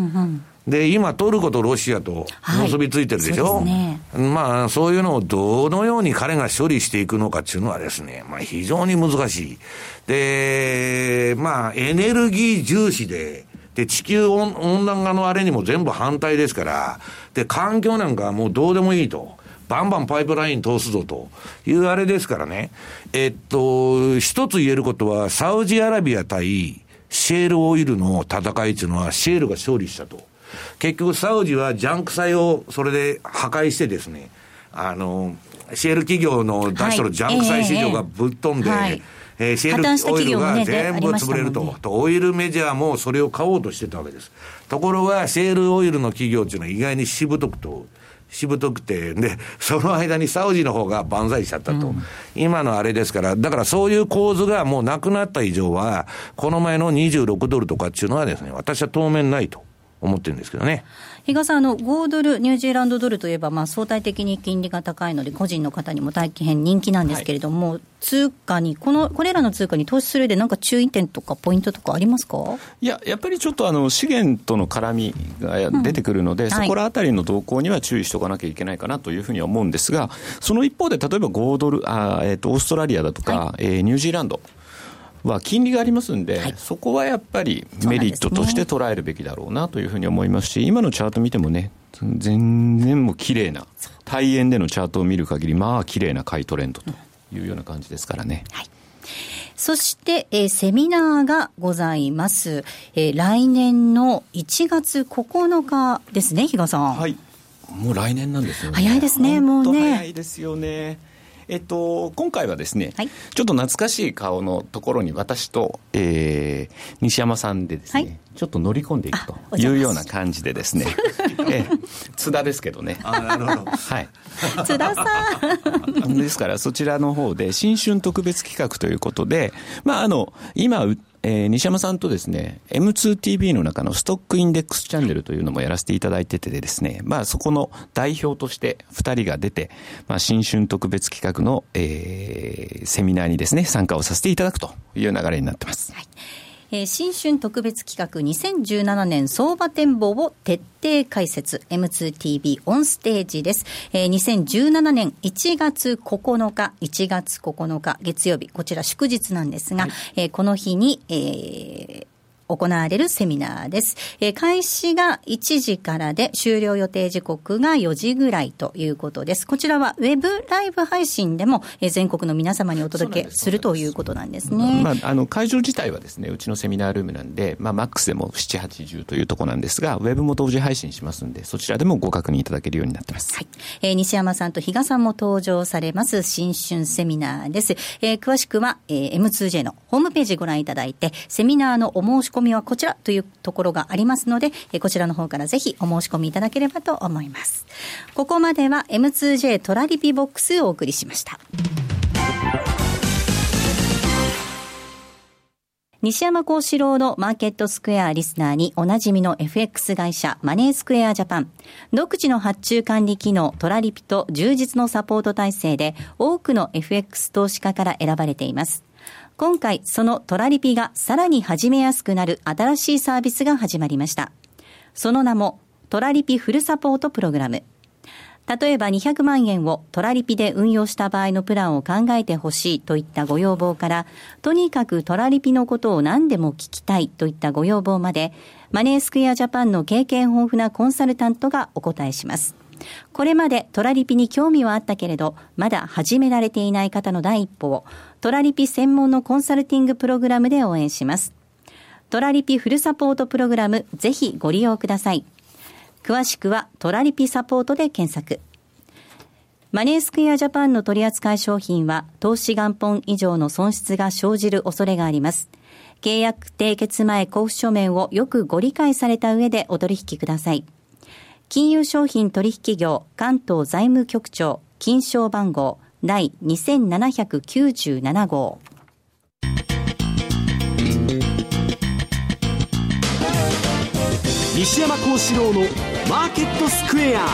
で今トルコとロシアと結びついてるでしょ、はい、ね、まあそういうのをどのように彼が処理していくのかっていうのはですね、まあ非常に難しい。でまあエネルギー重視でで地球温暖化のあれにも全部反対ですから、で環境なんかはもうどうでもいいと、バンバンパイプライン通すぞというあれですからね。えっと、一つ言えることは、サウジアラビア対シェールオイルの戦いというのは、シェールが勝利したと。結局、サウジはジャンク債をそれで破壊してですね、あの、シェール企業の出してるジャンク債市場がぶっ飛んで、はいえー、シェールオイルが全部潰れると、ね、とオイルメジャーもそれを買おうとしてたわけです。ところが、シェールオイルの企業っていうのは意外にしぶとくと、しぶとくて、で、その間にサウジの方が万歳しちゃったと、うん。今のあれですから、だからそういう構図がもうなくなった以上は、この前のにじゅうろくドルとかっていうのはですね、私は当面ないと思ってるんですけどね。 比嘉さん、あのごドル、ニュージーランドドルといえば、まあ、相対的に金利が高いので個人の方にも大変人気なんですけれども、はい、通貨にこのこれらの通貨に投資する上で何か注意点とかポイントとかありますか？ いや、やっぱりちょっとあの資源との絡みが出てくるので、うん、そこらあたりの動向には注意しておかなきゃいけないかなというふうには思うんですが、その一方で例えばごドル、あ、えーと、オーストラリアだとか、はい、えー、ニュージーランドは金利がありますんで、はい、そこはやっぱりメリットとして捉えるべきだろうなというふうに思いますし、今のチャート見てもね、全然もう綺麗な対円でのチャートを見る限り、まあ綺麗な買いトレンドというような感じですからね、 はい。そして、えー、セミナーがございます、えー、来年のいちがつここのかですね、比嘉さん。 はい、もう来年なんですよね。 早いですね、もうね。 早いですよね。 えっと、今回はですね、はい、ちょっと懐かしい顔のところに私と、えー、西山さんでですね、はい、ちょっと乗り込んでいくというような感じでですね、えー、津田ですけどね。 あ、なるほど。 はい。 津田さん。ですからそちらの方で新春特別企画ということで、まああの今えー、西山さんとですね エムツーティービー の中のストックインデックスチャンネルというのもやらせていただいててですね、まあそこの代表としてふたりが出て、まあ、新春特別企画の、えー、セミナーにですね参加をさせていただくという流れになってます。 はい、えー、新春特別企画にせんじゅうななねん相場展望を徹底解説 エムツーティービー オンステージです。えー、にせんじゅうななねんいちがつここのかいちがつここのか月曜日、こちら祝日なんですが、はい、えー、この日に、えー行われるセミナーです。えー、開始がいちじからで終了予定時刻がよじぐらいということです。こちらはウェブライブ配信でも、えー、全国の皆様にお届けするということなんですね。 まあ、あの会場自体はですねうちのセミナールームなんで、まあ、マックスでもななはちじゅうというところなんですが、ウェブも同時配信しますんでそちらでもご確認いただけるようになってます。 はい、えー、西山さんと比嘉さんも登場されます新春セミナーです。えー、詳しくは、えー、エムツージェー のホームページご覧いただいて、セミナーのお申し込みはこちらというところがありますので、えこちらの方からぜひお申し込みいただければと思います。ここまでは エムツージェー トラリピボックスをお送りしました。西山幸四郎のマーケットスクエアリスナーにおなじみの エフエックス 会社マネースクエアジャパン、独自の発注管理機能トラリピと充実のサポート体制で多くの エフエックス 投資家から選ばれています。今回そのトラリピがさらに始めやすくなる新しいサービスが始まりました。その名もトラリピフルサポートプログラム。例えばにひゃくまんえんをトラリピで運用した場合のプランを考えてほしいといったご要望から、とにかくトラリピのことを何でも聞きたいといったご要望まで、マネースクエアジャパンの経験豊富なコンサルタントがお答えします。これまでトラリピに興味はあったけれどまだ始められていない方の第一歩をトラリピ専門のコンサルティングプログラムで応援します。トラリピフルサポートプログラム、ぜひご利用ください。詳しくはトラリピサポートで検索。マネースクエアジャパンの取扱い商品は投資元本以上の損失が生じる恐れがあります。契約締結前交付書面をよくご理解された上でお取引ください。金融商品取引業関東財務局長金商番号第にせんななひゃくきゅうじゅうなな号。 西山幸四郎のマーケットスクエア。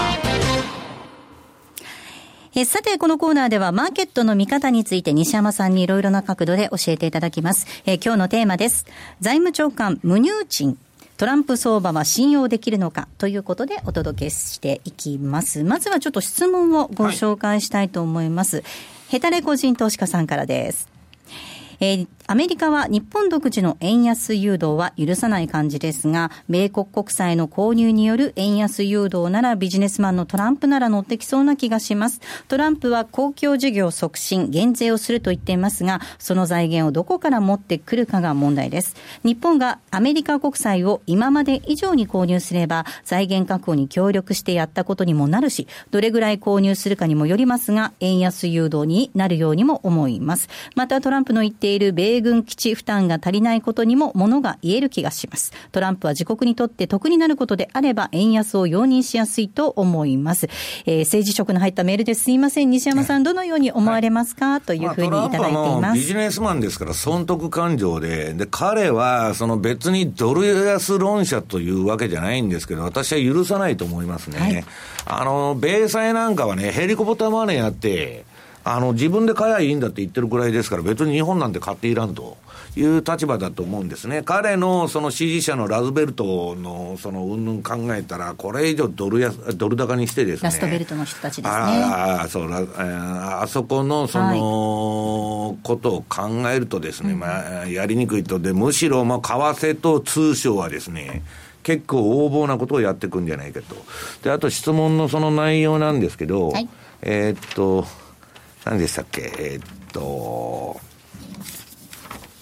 えさてこのコーナーではマーケットの見方について西山さんにいろいろな角度で教えていただきます。え今日のテーマです。財務長官無入賃、トランプ相場は信用できるのかということでお届けしていきます。まずはちょっと質問をご紹介したいと思います。はい、ヘタレ個人投資家さんからです。えー、アメリカは日本独自の円安誘導は許さない感じですが、米国国債の購入による円安誘導ならビジネスマンのトランプなら乗ってきそうな気がします。トランプは公共事業促進、減税をすると言っていますが、その財源をどこから持ってくるかが問題です。日本がアメリカ国債を今まで以上に購入すれば財源確保に協力してやったことにもなるし、どれぐらい購入するかにもよりますが、円安誘導になるようにも思います。またトランプの言っている米軍基地負担が足りないことにもものが言える気がします。トランプは自国にとって得になることであれば円安を容認しやすいと思います。えー、政治色の入ったメールですいません。西山さんどのように思われますか、はい、というふうにいただいています。まあ、トランプはもうビジネスマンですから損得感情で、で彼はその別にドル安論者というわけじゃないんですけど、私は許さないと思いますね。はい、あの米債なんかはねヘリコプターマネーやってあの自分で買えばいいんだって言ってるくらいですから、別に日本なんて買っていらんという立場だと思うんですね。彼のその支持者のラズベルトのその云々考えたら、これ以上ドルやドル高にしてですね、 ラストベルトの人たちですね。 ああそうああそこのそのことを考えるとですね、はい、まあやりにくいと。でむしろまあ為替と通商はですね結構横暴なことをやっていくんじゃないかと。であと質問のその内容なんですけど、はい、えー、っと何でしたっけ、えー、っと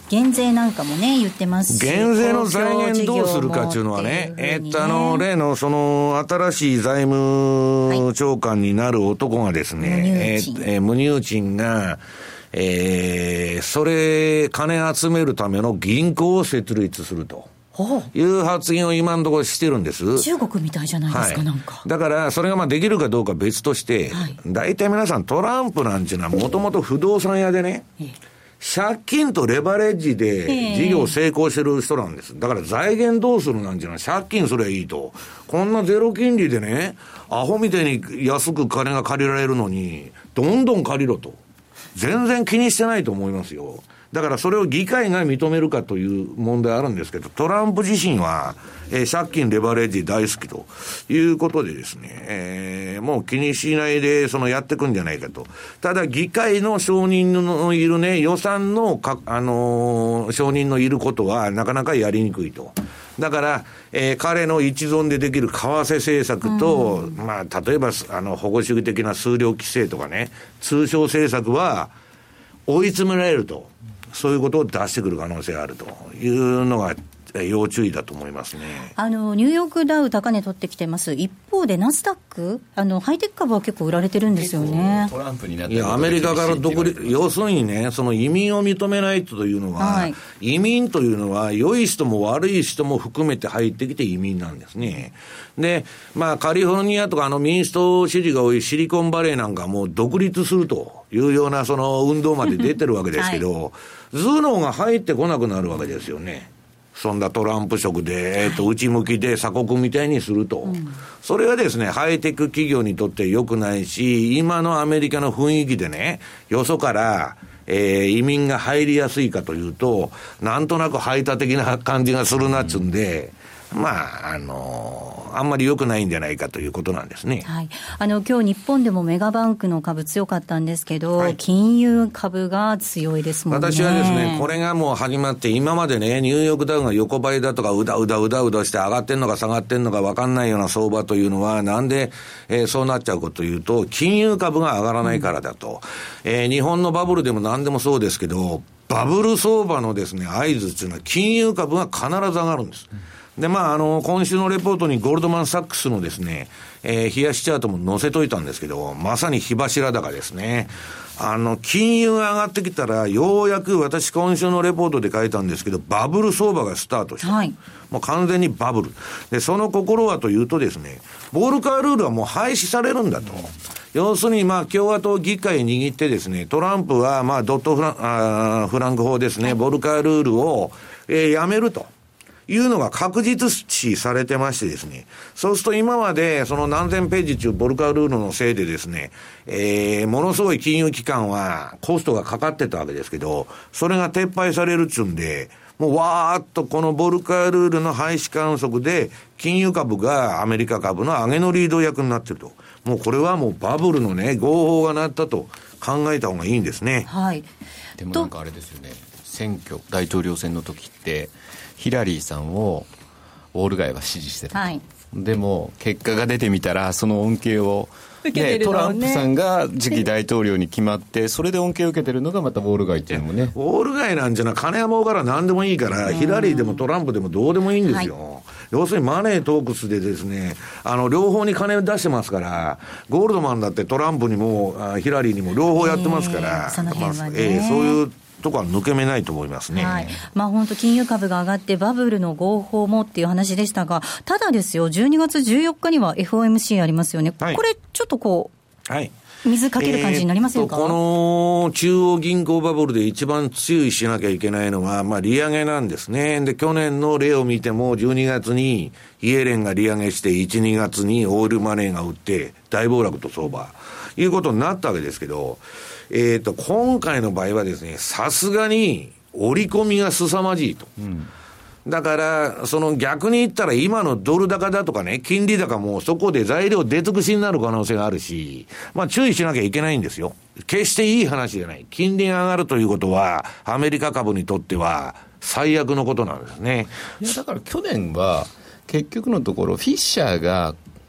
減税なんかもね言ってますし、 減税の財源どうするかっていうのはね、えー、っとあの例のその新しい財務長官になる男がですね、はい、えーえー、ムニューチンがえー、それ金集めるための銀行を設立するという発言を今のところしてるんです。 中国みたいじゃないですか、はい、なんかだからそれがまあできるかどうか別として、はい、大体皆さんトランプなんていうのはもともと不動産屋でね、ええ、借金とレバレッジで事業成功してる人なんです。だから財源どうするなんていうのは借金すればいいと。こんなゼロ金利でね、アホみたいに安く金が借りられるのにどんどん借りろと。全然気にしてないと思いますよ。だからそれを議会が認めるかという問題あるんですけど、トランプ自身は、えー、借金レバレッジ大好きということでですね、えー、もう気にしないでそのやっていくんじゃないかと。ただ議会の承認のいるね、予算のか、あのー、承認のいることはなかなかやりにくいと。だから、えー、彼の一存でできる為替政策と、うん、まあ、例えば、あの、保護主義的な数量規制とかね、通商政策は追い詰められると、そういうことを出してくる可能性があるというのが、要注意だと思いますね。 あのニューヨークダウ高値取ってきてます。一方でナスダック、あのハイテク株は結構売られてるんですよね。 トランプになっていやアメリカから独立、要するにね、その移民を認めないというのは、はい、移民というのは良い人も悪い人も含めて入ってきて移民なんですね。で、まあカリフォルニアとかあの民主党支持が多いシリコンバレーなんかもう独立するというようなその運動まで出てるわけですけど、はい、頭脳が入ってこなくなるわけですよね。そんなトランプ色で、えっと、内向きで鎖国みたいにすると、うん。それはですね、ハイテク企業にとって良くないし、今のアメリカの雰囲気でね、よそから、えー、移民が入りやすいかというと、なんとなく排他的な感じがするなっつうんで、うん、まあ、あのー、あんまり良くないんじゃないかということなんですね。 はい。あの、今日日本でもメガバンクの株強かったんですけど、はい、金融株が強いですもんね。 私はですね、これがもう始まって、今までね、ニューヨークダウが横ばいだとか、うだうだうだうだして上がってんのか下がってんのか分かんないような相場というのは、なんで、えー、そうなっちゃうかというと、金融株が上がらないからだと。うん、えー、日本のバブルでも何でもそうですけど、バブル相場のですね、合図っていうのは、金融株が必ず上がるんです。うんで、まあ、あの、今週のレポートにゴールドマンサックスのですね、えー、冷やしチャートも載せといたんですけど、まさに火柱高ですね。あの、金融が上がってきたら、ようやく私今週のレポートで書いたんですけど、バブル相場がスタートした。はい。もう完全にバブル。で、その心はというとですね、ボールカールールはもう廃止されるんだと。要するに、まあ、共和党議会握ってですね、トランプは、まあ、ドットフラン、あフランク法ですね、ボールカールールを、えー、やめると。いうのが確実視されてましてですね。そうすると今までその何千ページ中ボルカールールのせいでですね、えー、ものすごい金融機関はコストがかかってたわけですけど、それが撤廃されるっちゅうんで、もうわーっとこのボルカールールの廃止観測で金融株がアメリカ株の上げのリード役になってると。もうこれはもうバブルのね、合法が鳴ったと考えた方がいいんですね。 はい。 でもなんかあれですよね。選挙、大統領選の時って、ヒラリーさんをウォール街は支持してた、はい、でも結果が出てみたらその恩恵を受けてるの、ね、トランプさんが次期大統領に決まってそれで恩恵を受けてるのがまたウォール街っていうのもね、 ウォール街なんじゃな金は儲から何でもいいから、ヒラリーでもトランプでもどうでもいいんですよ、はい、要するにマネートークスでですね、あの両方に金を出してますから、ゴールドマンだってトランプにもヒラリーにも両方やってますから、えー、その辺はね、えー、そういうとこは抜け目ないと思いますね。 はい。まあ本当金融株が上がってバブルの合法もっていう話でしたが、ただですよ、じゅうにがつじゅうよっかには エフオーエムシー ありますよね。はい、これちょっとこう、はい、水かける感じになりませんか？ えー、この中央銀行バブルで一番注意しなきゃいけないのは、まあ利上げなんですね。で、去年の例を見てもじゅうにがつにイエレンが利上げしていち、にがつにオイルマネーが売って大暴落と相場いうことになったわけですけど、えっと、今回の場合はですね、さすがに織り込みが凄まじいと。うん、だから、その逆に言ったら今のドル高だとかね、金利高もそこで材料出尽くしになる可能性があるし、まあ注意しなきゃいけないんですよ。決していい話じゃない。金利が上がるということは、アメリカ株にとっては最悪のことなんですね。 いや、だから去年は結局のところ、フィッシャーが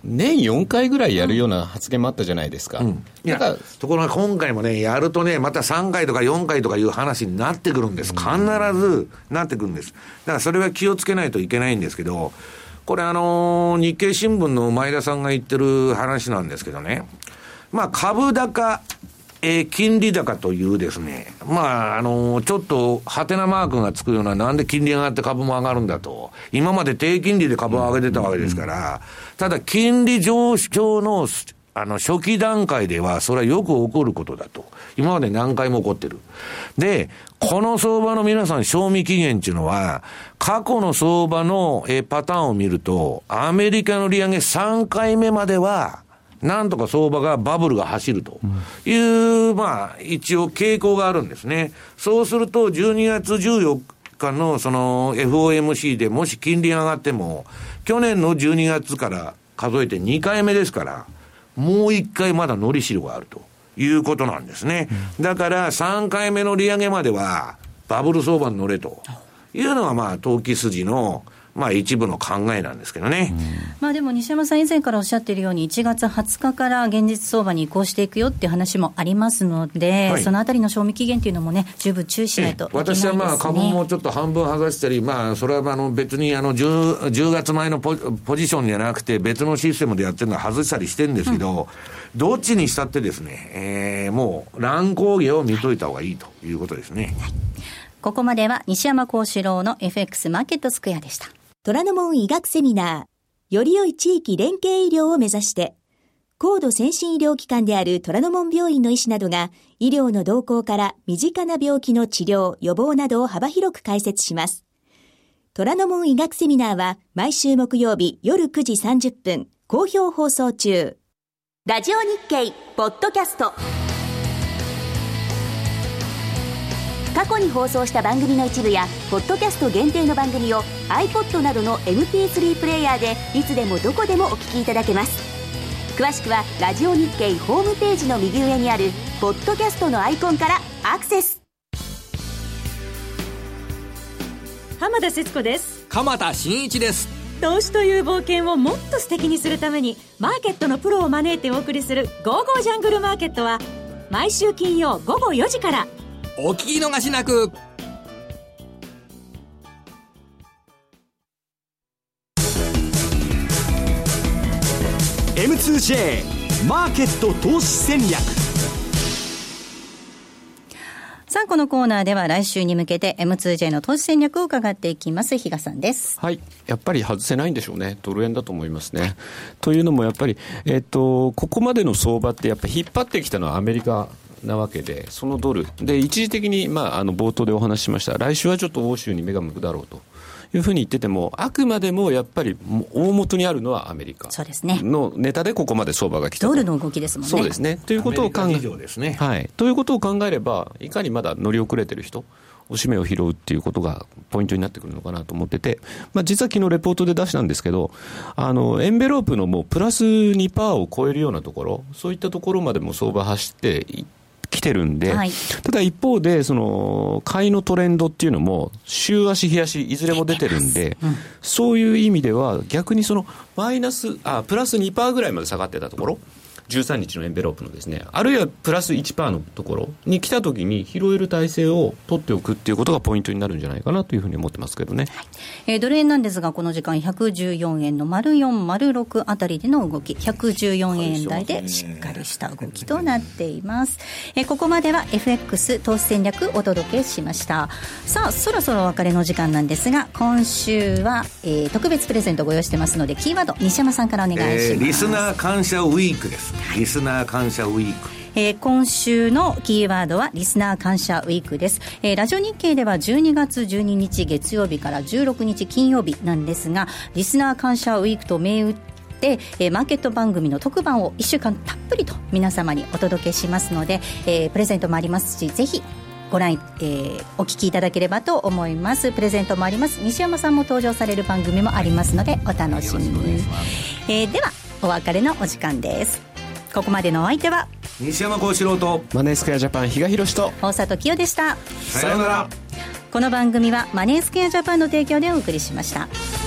年よんかいぐらいやるような発言もあったじゃないですか、うん、 いやところが今回もねやるとねまたさんかいとかよんかいとかいう話になってくるんです。必ずなってくるんです。だからそれは気をつけないといけないんですけど、これあの日経新聞の前田さんが言ってる話なんですけどね、まあ株高えー、金利高というですね、まあ、あのー、ちょっと、ハテナマークがつくような、なんで金利が上がって株も上がるんだと。今まで低金利で株を上げてたわけですから、ただ、金利上昇の、あの、初期段階では、それはよく起こることだと。今まで何回も起こってる。で、この相場の皆さん、賞味期限っていうのは、過去の相場の、えー、パターンを見ると、アメリカの利上げさんかいめまでは、なんとか相場がバブルが走るという、うん、まあ、一応傾向があるんですね。そうすると、じゅうにがつじゅうよっかのその エフオーエムシー でもし金利が上がっても、去年のじゅうにがつから数えてにかいめですから、もういっかいまだ乗り代があるということなんですね。うん、だからさんかいめの利上げまでは、バブル相場に乗れというのがまあ、投機筋のまあ一部の考えなんですけどね、うん、 まあでも西山さん以前からおっしゃっているようにいちがつはつかから現実相場に移行していくよっていう話もありますので、はい、そのあたりの賞味期限っていうのもね十分注意しないといけないですね。 私はまあ株もちょっと半分外したり、まあそれはあの別にあの 10, じゅうがつまえの ポ, ポジションじゃなくて別のシステムでやってるのは外したりしてるんですけど、うん、どっちにしたってですね、えー、もう乱高下を見といた方がいいということですね、はい、 ここまでは西山幸四郎の エフエックス マーケットスクエアでした。 虎ノ門医学セミナー、より良い地域連携医療を目指して、高度先進医療機関である虎ノ門病院の医師などが、医療の動向から身近な病気の治療、予防などを幅広く解説します。虎ノ門医学セミナーは、毎週木曜日夜くじさんじゅっぷん、好評放送中。ラジオ日経ポッドキャスト。過去に放送した番組の一部やポッドキャスト限定の番組を iPod などの エムピースリー プレイヤーでいつでもどこでもお聞きいただけます。詳しくはラジオ日経ホームページの右上にあるポッドキャストのアイコンからアクセス。 浜田節子です。 鎌田新一です。 投資という冒険をもっと素敵にするためにマーケットのプロを招いてお送りするゴーゴージャングルマーケットは毎週金曜ごごよじから。 お聞き逃しなく。エムツージェー マーケット投資戦略。 さあこのコーナーでは来週に向けて エムツージェー の投資戦略を伺っていきます。比嘉さんです。 はい、やっぱり外せないんでしょうね。ドル円だと思いますね。というのもやっぱり、えーと、ここまでの相場ってやっぱり引っ張ってきたのはアメリカなわけで、そのドルで一時的に、まあ、あの冒頭でお話ししました来週はちょっと欧州に目が向くだろうというふうに言ってても、あくまでもやっぱり大元にあるのはアメリカのネタでここまで相場が来たと。 ドルの動きですもんね。 そうですね。ということを考え、 ね、 はい、ということを考えれば、いかにまだ乗り遅れてる人、おしめを拾うっていうことがポイントになってくるのかなと思ってて、まあ、実は昨日レポートで出したんですけど、あのエンベロープのもうプラス にパーセント を超えるようなところ、そういったところまでも相場走っていって来てるんで、はい、ただ一方でその買いのトレンドっていうのも週足日足いずれも出てるんで、うん、そういう意味では逆にそのマイナスあプラス にパーセント ぐらいまで下がってたところ、じゅうさんにちのエンベロープのですね、あるいはプラス いちパーセント のところに来た時に拾える体制を取っておくっていうことがポイントになるんじゃないかなというふうに思ってますけどね。 はい、えー、ドル円なんですがこの時間ひゃくじゅうよんえんの丸よん、丸ろくあたりでの動き、ひゃくじゅうよんえん台でしっかりした動きとなっています。えー、ここまでは エフエックス 投資戦略お届けしました。さあそろそろお別れの時間なんですが、今週は、えー、特別プレゼントご用意してますので、キーワード西山さんからお願いします。えー、 リスナー感謝ウィークです。リスナー感謝ウィーク、 えー、今週のキーワードはリスナー感謝ウィークです。えー、ラジオ日経ではじゅうにがつじゅうににち月曜日からじゅうろくにち金曜日なんですが、リスナー感謝ウィークと銘打ってえー、マーケット番組の特番をいっしゅうかんたっぷりと皆様にお届けしますので、えー、プレゼントもありますし、ぜひご覧、えー、お聞きいただければと思います。プレゼントもあります。西山さんも登場される番組もありますのでお楽しみに。えー、ではお別れのお時間です。ここまでのお相手は西山幸四郎とマネースクエアジャパン比嘉宏と大里清でした。 さようなら。 この番組はマネースクエアジャパンの提供でお送りしました。